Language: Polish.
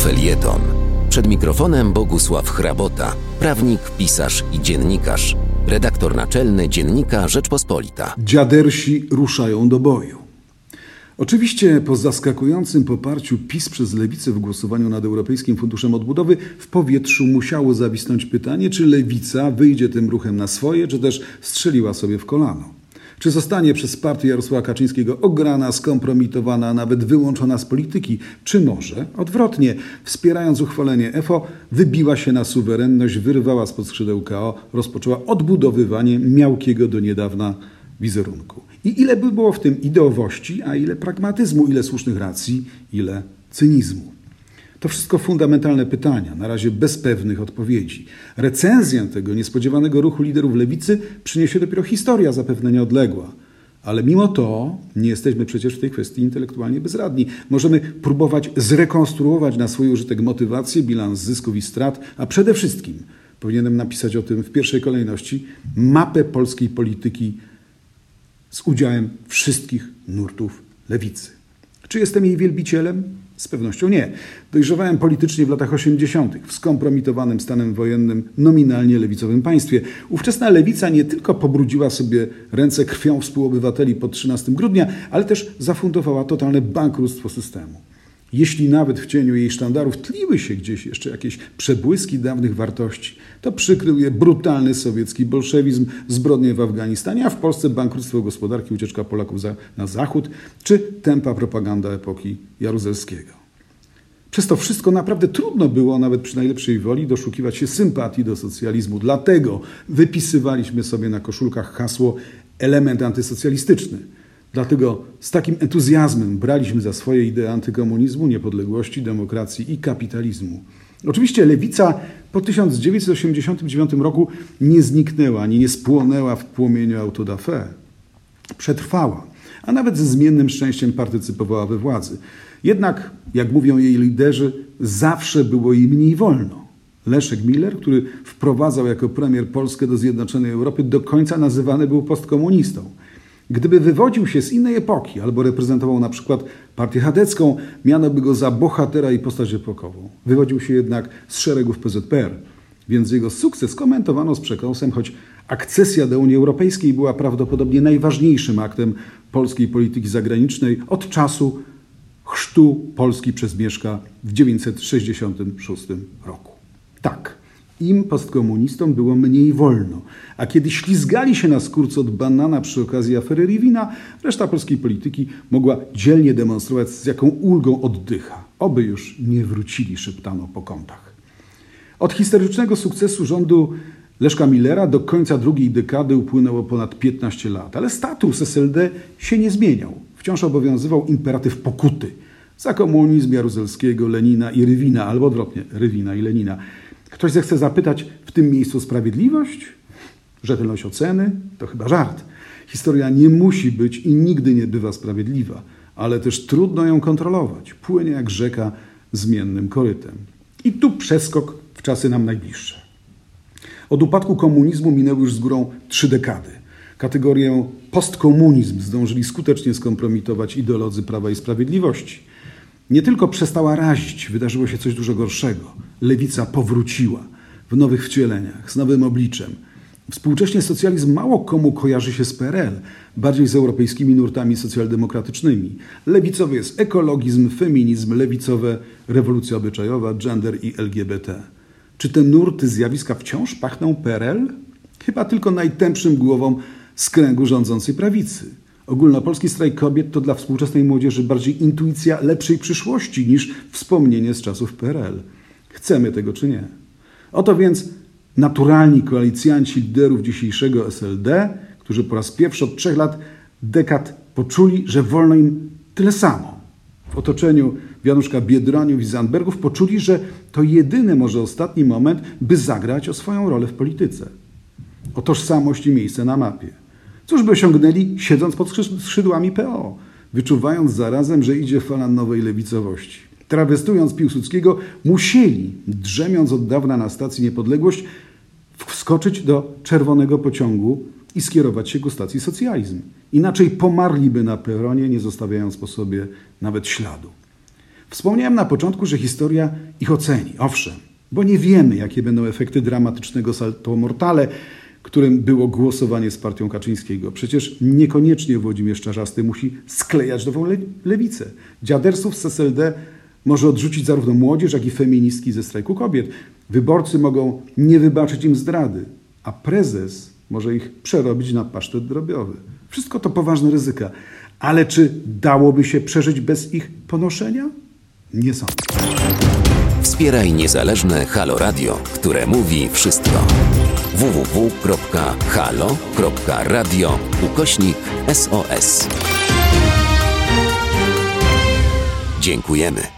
Felieton. Przed mikrofonem Bogusław Hrabota, prawnik, pisarz i dziennikarz. Redaktor naczelny Dziennika Rzeczpospolita. Dziadersi ruszają do boju. Oczywiście po zaskakującym poparciu PiS przez Lewicę w głosowaniu nad Europejskim Funduszem Odbudowy w powietrzu musiało zawisnąć pytanie, czy Lewica wyjdzie tym ruchem na swoje, czy też strzeliła sobie w kolano. Czy zostanie przez partię Jarosława Kaczyńskiego ograna, skompromitowana, a nawet wyłączona z polityki? Czy może, odwrotnie, wspierając uchwalenie EFO, wybiła się na suwerenność, wyrwała spod skrzydeł KO, rozpoczęła odbudowywanie miałkiego do niedawna wizerunku? I ile by było w tym ideowości, a ile pragmatyzmu, ile słusznych racji, ile cynizmu? To wszystko fundamentalne pytania, na razie bez pewnych odpowiedzi. Recenzję tego niespodziewanego ruchu liderów lewicy przyniesie dopiero historia, zapewne nieodległa. Ale mimo to nie jesteśmy przecież w tej kwestii intelektualnie bezradni. Możemy próbować zrekonstruować na swój użytek motywację, bilans zysków i strat, a przede wszystkim powinienem napisać o tym w pierwszej kolejności mapę polskiej polityki z udziałem wszystkich nurtów lewicy. Czy jestem jej wielbicielem? Z pewnością nie. Dojrzewałem politycznie w latach 80. w skompromitowanym stanem wojennym, nominalnie lewicowym państwie. Ówczesna lewica nie tylko pobrudziła sobie ręce krwią współobywateli po 13 grudnia, ale też zafundowała totalne bankructwo systemu. Jeśli nawet w cieniu jej sztandarów tliły się gdzieś jeszcze jakieś przebłyski dawnych wartości, to przykrył je brutalny sowiecki bolszewizm, zbrodnie w Afganistanie, a w Polsce bankructwo gospodarki, ucieczka Polaków na zachód, czy tępa propaganda epoki Jaruzelskiego. Przez to wszystko naprawdę trudno było, nawet przy najlepszej woli, doszukiwać się sympatii do socjalizmu. Dlatego wypisywaliśmy sobie na koszulkach hasło element antysocjalistyczny. Dlatego z takim entuzjazmem braliśmy za swoje idee antykomunizmu, niepodległości, demokracji i kapitalizmu. Oczywiście lewica po 1989 roku nie zniknęła, ani nie spłonęła w płomieniu autodafé. Przetrwała, a nawet ze zmiennym szczęściem partycypowała we władzy. Jednak, jak mówią jej liderzy, zawsze było jej mniej wolno. Leszek Miller, który wprowadzał jako premier Polskę do zjednoczonej Europy, do końca nazywany był postkomunistą. Gdyby wywodził się z innej epoki albo reprezentował na przykład partię chadecką, miano by go za bohatera i postać epokową. Wywodził się jednak z szeregów PZPR, więc jego sukces komentowano z przekąsem, choć akcesja do Unii Europejskiej była prawdopodobnie najważniejszym aktem polskiej polityki zagranicznej od czasu chrztu Polski przez Mieszka w 1966 roku. Tak. Im postkomunistom było mniej wolno, a kiedy ślizgali się na skórce od banana przy okazji afery Rivina, reszta polskiej polityki mogła dzielnie demonstrować, z jaką ulgą oddycha. Oby już nie wrócili, szeptano po kątach. Od historycznego sukcesu rządu Leszka Millera do końca drugiej dekady upłynęło ponad 15 lat, ale status SLD się nie zmieniał. Wciąż obowiązywał imperatyw pokuty za komunizm Jaruzelskiego, Lenina i Rywina, albo odwrotnie, Rywina i Lenina. Ktoś zechce zapytać w tym miejscu sprawiedliwość? Rzetelność oceny? To chyba żart. Historia nie musi być i nigdy nie bywa sprawiedliwa, ale też trudno ją kontrolować. Płynie jak rzeka zmiennym korytem. I tu przeskok w czasy nam najbliższe. Od upadku komunizmu minęły już z górą 3 dekady. Kategorię postkomunizm zdążyli skutecznie skompromitować ideolodzy Prawa i Sprawiedliwości. Nie tylko przestała razić, wydarzyło się coś dużo gorszego. Lewica powróciła w nowych wcieleniach, z nowym obliczem. Współcześnie socjalizm mało komu kojarzy się z PRL, bardziej z europejskimi nurtami socjaldemokratycznymi. Lewicowy jest ekologizm, feminizm, lewicowe rewolucja obyczajowa, gender i LGBT. Czy te nurty, zjawiska wciąż pachną PRL? Chyba tylko najtępszym głowom z kręgu rządzącej prawicy. Ogólnopolski strajk kobiet to dla współczesnej młodzieży bardziej intuicja lepszej przyszłości niż wspomnienie z czasów PRL. Chcemy tego czy nie. Oto więc naturalni koalicjanci liderów dzisiejszego SLD, którzy po raz pierwszy od 3 dekad poczuli, że wolno im tyle samo. W otoczeniu Januszka Biedroniów i Zandbergów poczuli, że to jedyny, może ostatni moment, by zagrać o swoją rolę w polityce. O tożsamość i miejsce na mapie. Cóż by osiągnęli, siedząc pod skrzydłami PO, wyczuwając zarazem, że idzie fala nowej lewicowości. Trawestując Piłsudskiego, musieli, drzemiąc od dawna na stacji Niepodległość, wskoczyć do czerwonego pociągu i skierować się ku stacji socjalizm. Inaczej pomarliby na peronie, nie zostawiając po sobie nawet śladu. Wspomniałem na początku, że historia ich oceni. Owszem, bo nie wiemy, jakie będą efekty dramatycznego salto mortale, którym było głosowanie z partią Kaczyńskiego. Przecież niekoniecznie Włodzimierz Czarzasty musi sklejać nową lewicę. Dziadersów z SLD może odrzucić zarówno młodzież, jak i feministki ze strajku kobiet. Wyborcy mogą nie wybaczyć im zdrady, a prezes może ich przerobić na pasztet drobiowy. Wszystko to poważne ryzyka. Ale czy dałoby się przeżyć bez ich ponoszenia? Nie sądzę. Wspieraj niezależne Halo Radio, które mówi wszystko. www.halo.radio/SOS. Dziękujemy.